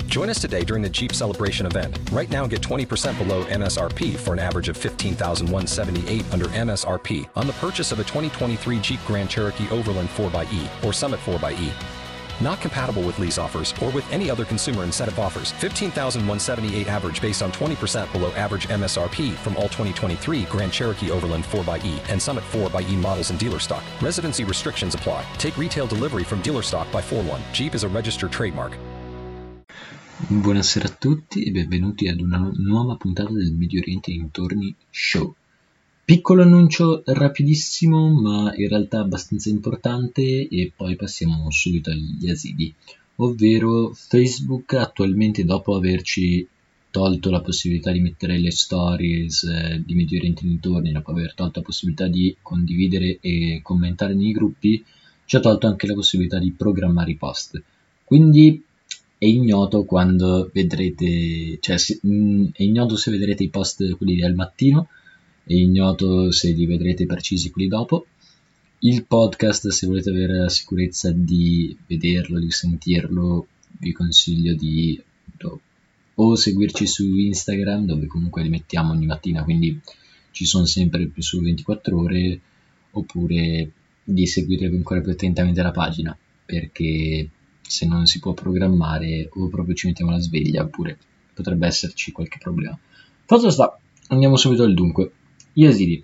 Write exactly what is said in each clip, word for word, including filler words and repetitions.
Join us today during the Jeep Celebration event. Right now, get twenty percent below M S R P for an average of fifteen thousand one hundred seventy-eight dollars under M S R P on the purchase of a twenty twenty-three Jeep Grand Cherokee Overland four by E or Summit four by E. Not compatible with lease offers or with any other consumer incentive offers. fifteen thousand one hundred seventy-eight dollars average based on twenty percent below average M S R P from all twenty twenty-three Grand Cherokee Overland four by E and Summit four by E models in dealer stock. Residency restrictions apply. Take retail delivery from dealer stock by four one. Jeep is a registered trademark. Buonasera a tutti e benvenuti ad una nuova puntata del Medio Oriente Dintorni Show. Piccolo annuncio rapidissimo, ma in realtà abbastanza importante, e poi passiamo subito agli Yazidi. Ovvero, Facebook attualmente, dopo averci tolto la possibilità di mettere le stories eh, di Medio Oriente Dintorni, dopo aver tolto la possibilità di condividere e commentare nei gruppi, ci ha tolto anche la possibilità di programmare i post. Quindi è ignoto quando vedrete, cioè mh, è ignoto se vedrete i post quelli del mattino, è ignoto se li vedrete precisi quelli dopo. Il podcast, se volete avere la sicurezza di vederlo, di sentirlo, vi consiglio di do, o seguirci su Instagram, dove comunque li mettiamo ogni mattina, quindi ci sono sempre più su ventiquattro ore, oppure di seguire ancora più attentamente la pagina, perché se non si può programmare o proprio ci mettiamo la sveglia, oppure potrebbe esserci qualche problema. Fatto sta, andiamo subito al dunque. Yazidi.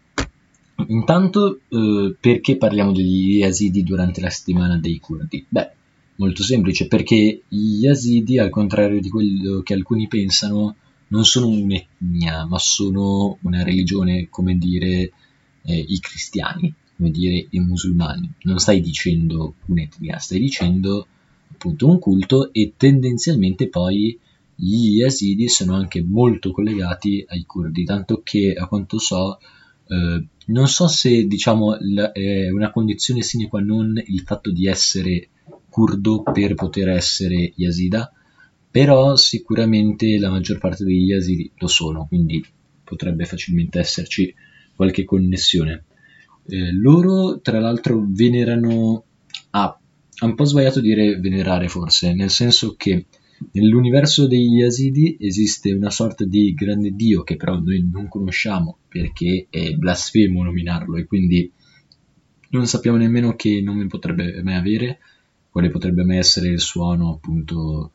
Intanto, eh, perché parliamo degli Yazidi durante la settimana dei curdi? Beh, molto semplice, perché gli Yazidi, al contrario di quello che alcuni pensano, non sono un'etnia, ma sono una religione, come dire eh, i cristiani, come dire i musulmani. Non stai dicendo un'etnia, stai dicendo appunto un culto, e tendenzialmente poi gli Yazidi sono anche molto collegati ai curdi, tanto che a quanto so, eh, non so se diciamo la, è una condizione sine qua non il fatto di essere curdo per poter essere Yazida, però sicuramente la maggior parte degli Yazidi lo sono, quindi potrebbe facilmente esserci qualche connessione. Eh, loro tra l'altro venerano, ah, è un po' sbagliato dire venerare forse, nel senso che nell'universo degli Yazidi esiste una sorta di grande dio che però noi non conosciamo perché è blasfemo nominarlo, e quindi non sappiamo nemmeno che nome potrebbe mai avere, quale potrebbe mai essere il suono, appunto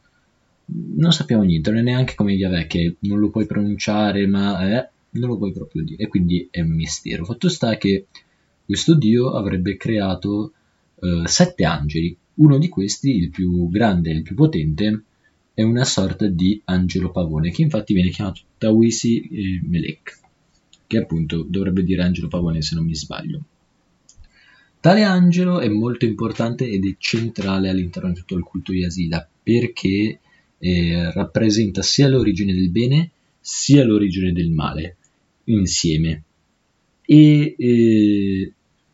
non sappiamo niente, non è neanche come Yahweh che non lo puoi pronunciare, ma eh, non lo puoi proprio dire, e quindi è un mistero. Fatto sta che questo dio avrebbe creato eh, sette angeli. Uno di questi, il più grande e il più potente, è una sorta di angelo pavone, che infatti viene chiamato Tawisi eh, Melek, che appunto dovrebbe dire angelo pavone se non mi sbaglio. Tale angelo è molto importante ed è centrale all'interno di tutto il culto Yazida, perché eh, rappresenta sia l'origine del bene sia l'origine del male insieme. E, eh,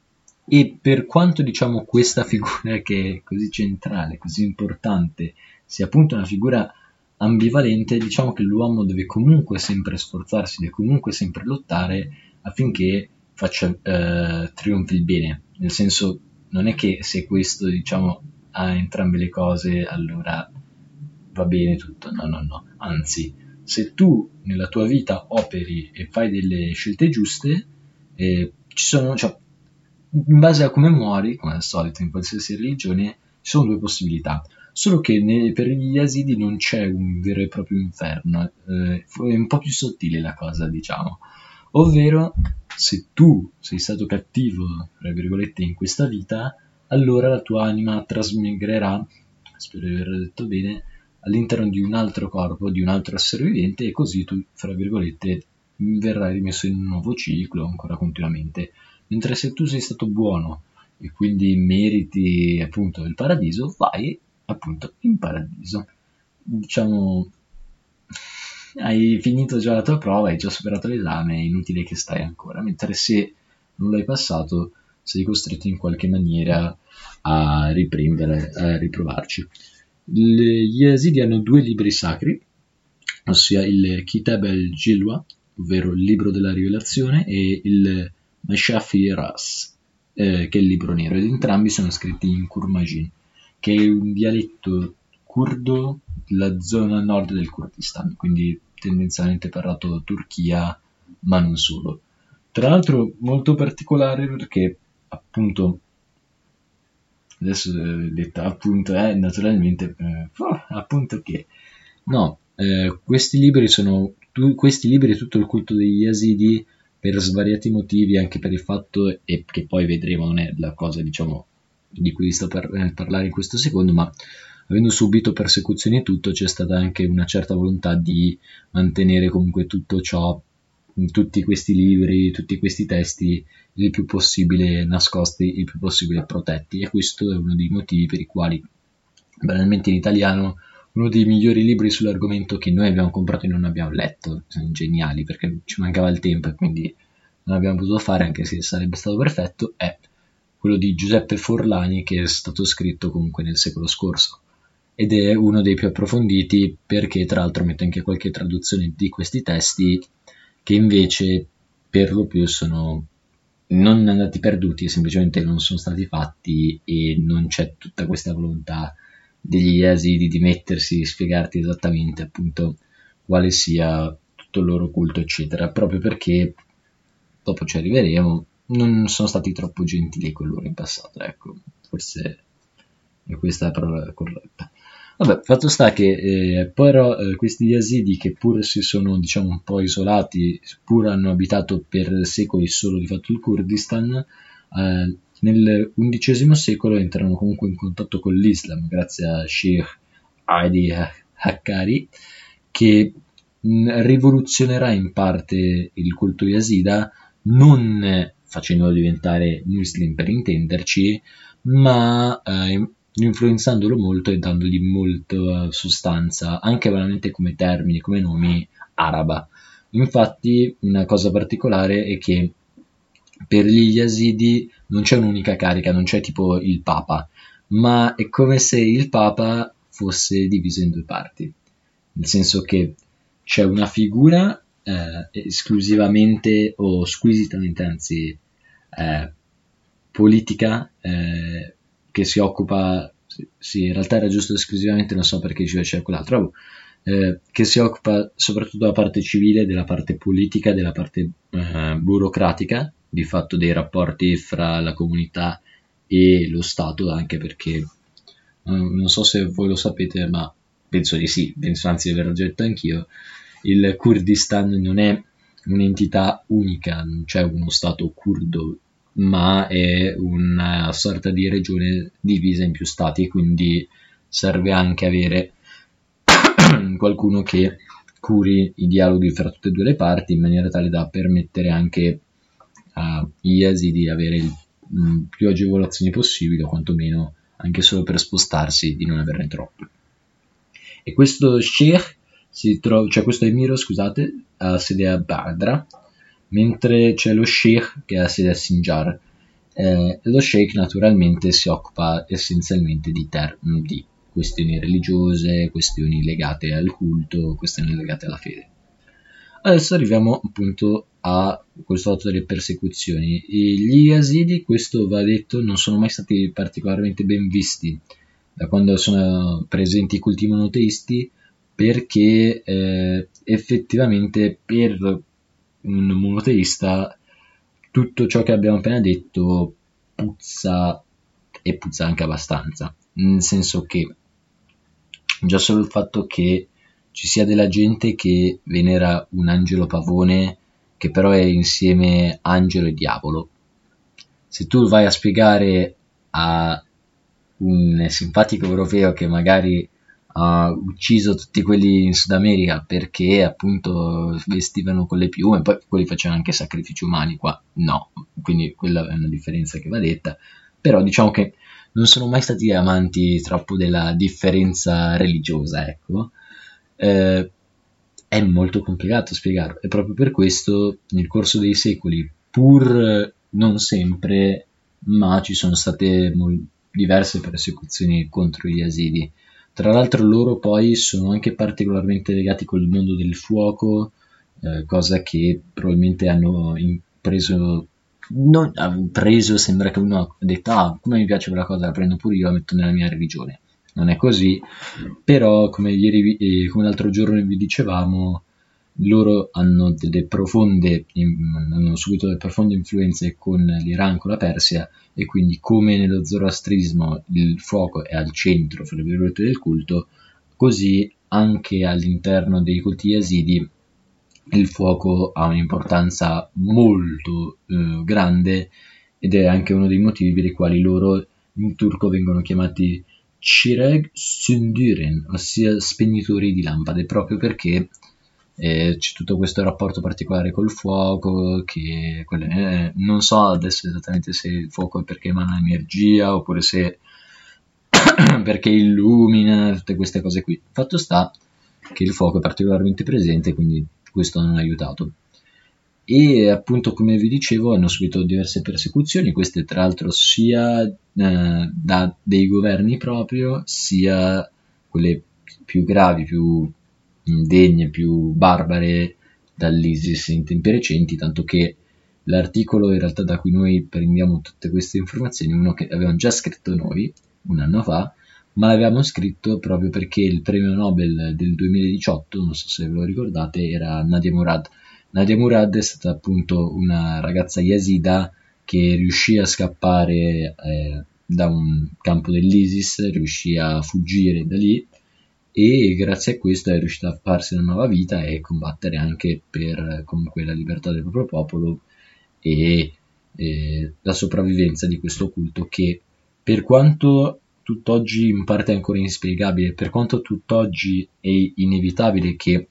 e per quanto diciamo questa figura, che è così centrale, così importante, sia appunto una figura ambivalente, diciamo che l'uomo deve comunque sempre sforzarsi, deve comunque sempre lottare affinché faccia eh, trionfi il bene. Nel senso, non è che se questo diciamo ha entrambe le cose allora va bene tutto, no no no, anzi, se tu nella tua vita operi e fai delle scelte giuste, eh, ci sono, cioè, in base a come muori, come al solito in qualsiasi religione, ci sono due possibilità. Solo che ne, per gli Yazidi non c'è un vero e proprio inferno, eh, è un po' più sottile la cosa, diciamo. Ovvero, se tu sei stato cattivo, tra virgolette, in questa vita, allora la tua anima trasmigrerà, spero di aver detto bene, all'interno di un altro corpo, di un altro essere vivente, e così tu, fra virgolette, verrai rimesso in un nuovo ciclo, ancora continuamente. Mentre se tu sei stato buono e quindi meriti appunto il paradiso, vai appunto in paradiso. Diciamo, hai finito già la tua prova, hai già superato l'esame, è inutile che stai ancora. Mentre se non l'hai passato, sei costretto in qualche maniera a riprendere, a riprovarci. Gli Yazidi hanno due libri sacri, ossia il Kitab al-Jilwa, ovvero il libro della rivelazione, e il Mashafi Ras, eh, che è il libro nero, ed entrambi sono scritti in Kurmajin, che è un dialetto curdo la zona nord del Kurdistan, quindi tendenzialmente parlato Turchia, ma non solo. Tra l'altro molto particolare perché appunto, adesso eh, detta appunto è eh, naturalmente eh, oh, appunto che no, eh, questi libri sono tu, questi libri e tutto il culto degli Yazidi, per svariati motivi, anche per il fatto, e che poi vedremo non è la cosa diciamo di cui sto per eh, parlare in questo secondo, ma avendo subito persecuzioni e tutto, c'è stata anche una certa volontà di mantenere comunque tutto ciò, tutti questi libri, tutti questi testi, il più possibile nascosti, il più possibile protetti, e questo è uno dei motivi per i quali, banalmente in italiano, uno dei migliori libri sull'argomento che noi abbiamo comprato e non abbiamo letto, sono geniali perché ci mancava il tempo e quindi non abbiamo potuto fare, anche se sarebbe stato perfetto, è quello di Giuseppe Forlani, che è stato scritto comunque nel secolo scorso ed è uno dei più approfonditi, perché tra l'altro mette anche qualche traduzione di questi testi che invece per lo più sono non andati perduti, semplicemente non sono stati fatti e non c'è tutta questa volontà degli Yazidi di mettersi, di spiegarti esattamente appunto quale sia tutto il loro culto eccetera, proprio perché dopo ci arriveremo, non sono stati troppo gentili con loro in passato, ecco, forse è questa la parola corretta. Vabbè, fatto sta che eh, però eh, questi Yazidi, che pur si sono diciamo un po' isolati, pur hanno abitato per secoli solo di fatto il Kurdistan, eh, nel undicesimo secolo entrano comunque in contatto con l'Islam grazie a Sheikh Hadi Haqqari, che mh, rivoluzionerà in parte il culto yazida, non facendolo diventare muslim per intenderci, ma eh, influenzandolo molto e dandogli molta sostanza, anche veramente come termini, come nomi, araba. Infatti una cosa particolare è che per gli Yazidi non c'è un'unica carica, non c'è tipo il Papa, ma è come se il Papa fosse diviso in due parti, nel senso che c'è una figura eh, esclusivamente o squisitamente, anzi, eh, politica, eh, che si occupa, sì, in realtà era giusto esclusivamente, non so perché ci c'è quell'altro, eh, che si occupa soprattutto della parte civile, della parte politica, della parte eh, burocratica, di fatto dei rapporti fra la comunità e lo Stato, anche perché eh, non so se voi lo sapete, ma penso di sì, penso anzi di averlo già detto anch'io, il Kurdistan non è un'entità unica, non c'è uno Stato curdo, ma è una sorta di regione divisa in più stati, e quindi serve anche avere qualcuno che curi i dialoghi fra tutte e due le parti, in maniera tale da permettere anche agli Yazidi di avere il mh, più agevolazioni possibili, o quantomeno anche solo per spostarsi di non averne troppe. E questo sheikh si trova, cioè questo emiro, scusate, ha sede a Badra, mentre c'è lo sheikh che ha sede a Sinjar. Eh, lo sheikh naturalmente si occupa essenzialmente di, ter- di questioni religiose, questioni legate al culto, questioni legate alla fede. Adesso arriviamo appunto a questo fatto delle persecuzioni. E gli Yazidi, questo va detto, non sono mai stati particolarmente ben visti da quando sono presenti i culti monoteisti, perché eh, effettivamente per un monoteista tutto ciò che abbiamo appena detto puzza, e puzza anche abbastanza, nel senso che già solo il fatto che ci sia della gente che venera un angelo pavone che però è insieme angelo e diavolo. Se tu vai a spiegare a un simpatico europeo che magari ha ucciso tutti quelli in Sud America perché appunto vestivano con le piume, poi quelli facevano anche sacrifici umani, qua no, quindi quella è una differenza che va detta, però diciamo che non sono mai stati amanti troppo della differenza religiosa, ecco. Eh, è molto complicato spiegarlo, e proprio per questo nel corso dei secoli, pur non sempre, ma ci sono state mol- diverse persecuzioni contro gli Yazidi. Tra l'altro loro poi sono anche particolarmente legati col mondo del fuoco, eh, cosa che probabilmente hanno preso, non ha preso, sembra che uno ha detto, ah, come mi piace quella cosa, la prendo pure io, la metto nella mia religione. non è così, però come ieri eh, come l'altro giorno vi dicevamo, loro hanno delle profonde hanno subito delle profonde influenze con l'Iran, con la Persia, e quindi come nello zoroastrismo il fuoco è al centro, fra virgolette, del culto, così anche all'interno dei culti yazidi il fuoco ha un'importanza molto eh, grande, ed è anche uno dei motivi per i quali loro in turco vengono chiamati Çireg Sündüren, ossia spegnitori di lampade, proprio perché eh, c'è tutto questo rapporto particolare col fuoco, che quelle, eh, non so adesso esattamente se il fuoco è perché emana energia oppure se perché illumina, tutte queste cose qui. Fatto sta che il fuoco è particolarmente presente, quindi questo non ha aiutato. E appunto, come vi dicevo, hanno subito diverse persecuzioni, queste tra l'altro sia eh, da dei governi proprio, sia quelle più gravi, più indegne, più barbare dall'ISIS in tempi recenti, tanto che l'articolo in realtà da cui noi prendiamo tutte queste informazioni, uno che avevamo già scritto noi un anno fa, ma l'avevamo scritto proprio perché il premio Nobel del duemiladiciotto, non so se ve lo ricordate, era Nadia Murad. Nadia Murad è stata appunto una ragazza yazida che riuscì a scappare eh, da un campo dell'ISIS, riuscì a fuggire da lì, e grazie a questo è riuscita a farsi una nuova vita e combattere anche per comunque la libertà del proprio popolo e, e la sopravvivenza di questo culto che, per quanto tutt'oggi in parte è ancora inspiegabile, per quanto tutt'oggi è inevitabile che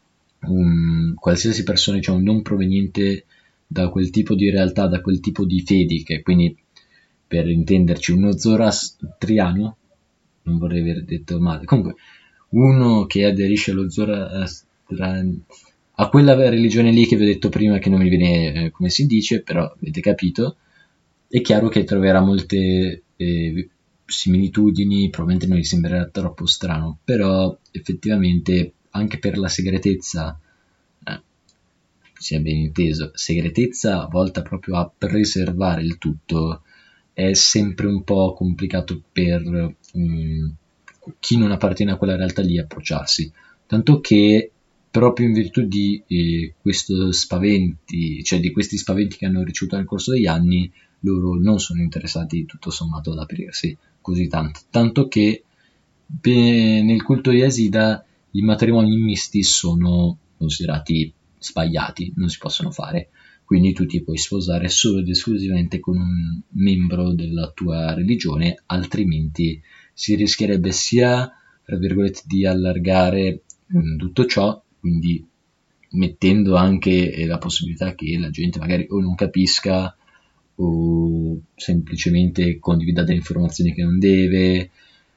un, qualsiasi persona, diciamo, non proveniente da quel tipo di realtà, da quel tipo di fedi, che quindi, per intenderci, uno zoroastriano, non vorrei aver detto male, comunque uno che aderisce allo zoroastriano, a quella religione lì che vi ho detto prima, che non mi viene eh, come si dice, però avete capito, è chiaro che troverà molte eh, similitudini, probabilmente non gli sembrerà troppo strano, però effettivamente anche per la segretezza, eh, sia ben inteso, segretezza volta proprio a preservare il tutto, è sempre un po' complicato per um, chi non appartiene a quella realtà lì approcciarsi, tanto che proprio in virtù di eh, questo spaventi, cioè di questi spaventi che hanno ricevuto nel corso degli anni, loro non sono interessati tutto sommato ad aprirsi così tanto, tanto che beh, nel culto yazida i matrimoni misti sono considerati sbagliati, non si possono fare, quindi tu ti puoi sposare solo ed esclusivamente con un membro della tua religione, altrimenti si rischierebbe sia, tra virgolette, di allargare mh, tutto ciò, quindi mettendo anche la possibilità che la gente magari o non capisca o semplicemente condivida delle informazioni che non deve,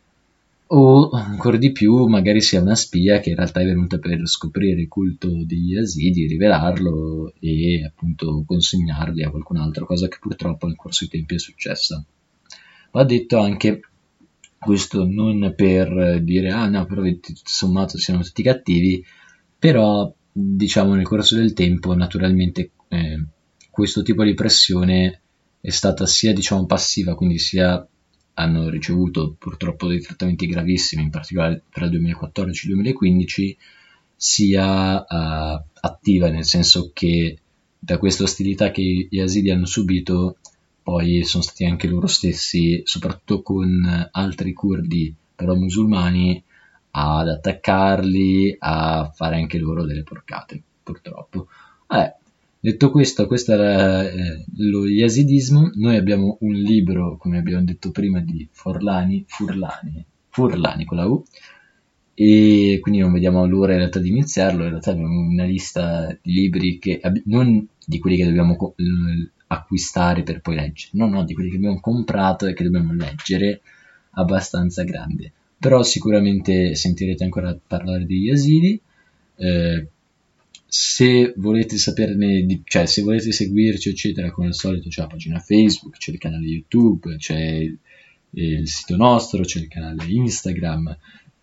o ancora di più magari sia una spia che in realtà è venuta per scoprire il culto degli yazidi, rivelarlo e appunto consegnarli a qualcun altro, cosa che purtroppo nel corso dei tempi è successa. Va detto anche questo non per dire ah no, però tutto sommato siamo tutti cattivi, però diciamo nel corso del tempo naturalmente eh, questo tipo di pressione è stata sia diciamo passiva, quindi sia hanno ricevuto purtroppo dei trattamenti gravissimi, in particolare tra il duemilaquattordici e il duemilaquindici, sia uh, attiva, nel senso che da questa ostilità che gli yazidi hanno subito, poi sono stati anche loro stessi, soprattutto con altri curdi però musulmani, ad attaccarli, a fare anche loro delle porcate, purtroppo. Vabbè, detto questo, questo era eh, lo yazidismo. Noi abbiamo un libro, come abbiamo detto prima, di Forlani, Furlani, Furlani con la U, e quindi non vediamo l'ora in realtà di iniziarlo. In realtà abbiamo una lista di libri che non di quelli che dobbiamo co- acquistare per poi leggere, no, no, di quelli che abbiamo comprato e che dobbiamo leggere, abbastanza grande. Però sicuramente sentirete ancora parlare degli yazidi. Eh, se volete saperne di, cioè se volete seguirci eccetera, come al solito c'è la pagina Facebook, c'è il canale YouTube, c'è il, il sito nostro, c'è il canale Instagram.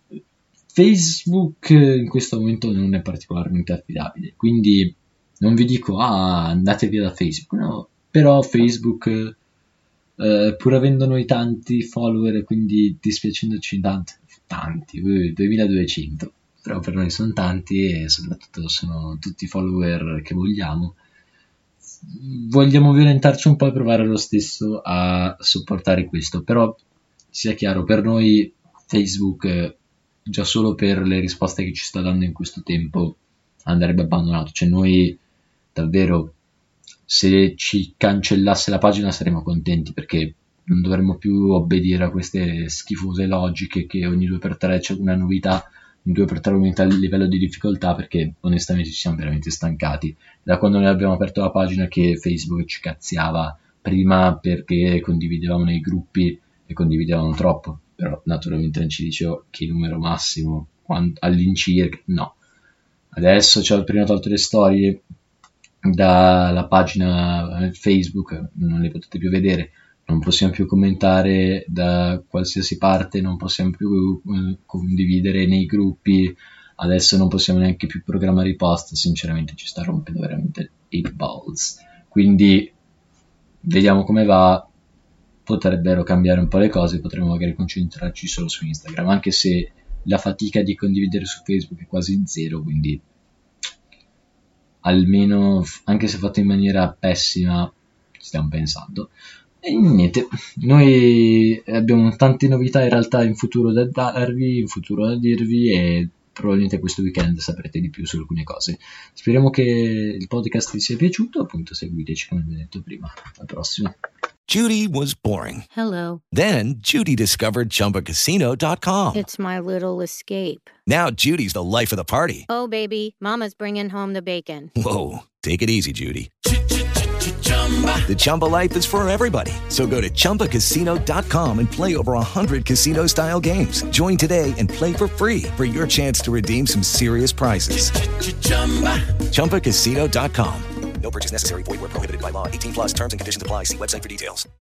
Facebook in questo momento non è particolarmente affidabile, quindi non vi dico ah andate via da Facebook, no, però Facebook eh, pur avendo noi tanti follower e quindi dispiacendoci tanto, tanti, eh, duemiladuecento, però per noi sono tanti e soprattutto sono tutti follower che vogliamo. Vogliamo violentarci un po' e provare lo stesso a sopportare questo, però sia chiaro, per noi Facebook, eh, già solo per le risposte che ci sta dando in questo tempo, andrebbe abbandonato. Cioè noi davvero, se ci cancellasse la pagina saremmo contenti, perché non dovremmo più obbedire a queste schifose logiche che ogni due per tre c'è una novità, ogni due per tre aumenta il livello di difficoltà, perché onestamente ci siamo veramente stancati. Da quando noi abbiamo aperto la pagina che Facebook ci cazziava, prima perché condividevamo nei gruppi e condividevano troppo, però naturalmente non ci dicevo che numero massimo, quant- all'incirca, no. Adesso c'ho appena tolto le storie dalla pagina Facebook, non le potete più vedere, non possiamo più commentare da qualsiasi parte, non possiamo più eh, condividere nei gruppi, adesso non possiamo neanche più programmare i post, sinceramente ci sta rompendo veramente i balls. Quindi vediamo come va, potrebbero cambiare un po' le cose, potremmo magari concentrarci solo su Instagram, anche se la fatica di condividere su Facebook è quasi zero, quindi almeno, anche se fatto in maniera pessima, stiamo pensando. E niente, noi abbiamo tante novità in realtà in futuro da darvi, in futuro da dirvi, e probabilmente questo weekend saprete di più su alcune cose. Speriamo che il podcast vi sia piaciuto, appunto seguiteci come vi ho detto prima. Al prossimo. Judy was boring. Hello. Then Judy discovered Chumba Casino dot com. It's my little escape. Now Judy's the life of the party. Oh, baby, mama's bringing home the bacon. Whoa, take it easy, Judy. The Chumba life is for everybody. So go to Chumba Casino dot com and play over one hundred casino-style games. Join today and play for free for your chance to redeem some serious prizes. Chumba Casino dot com. No purchase necessary. Void where prohibited by law. eighteen plus terms and conditions apply. See website for details.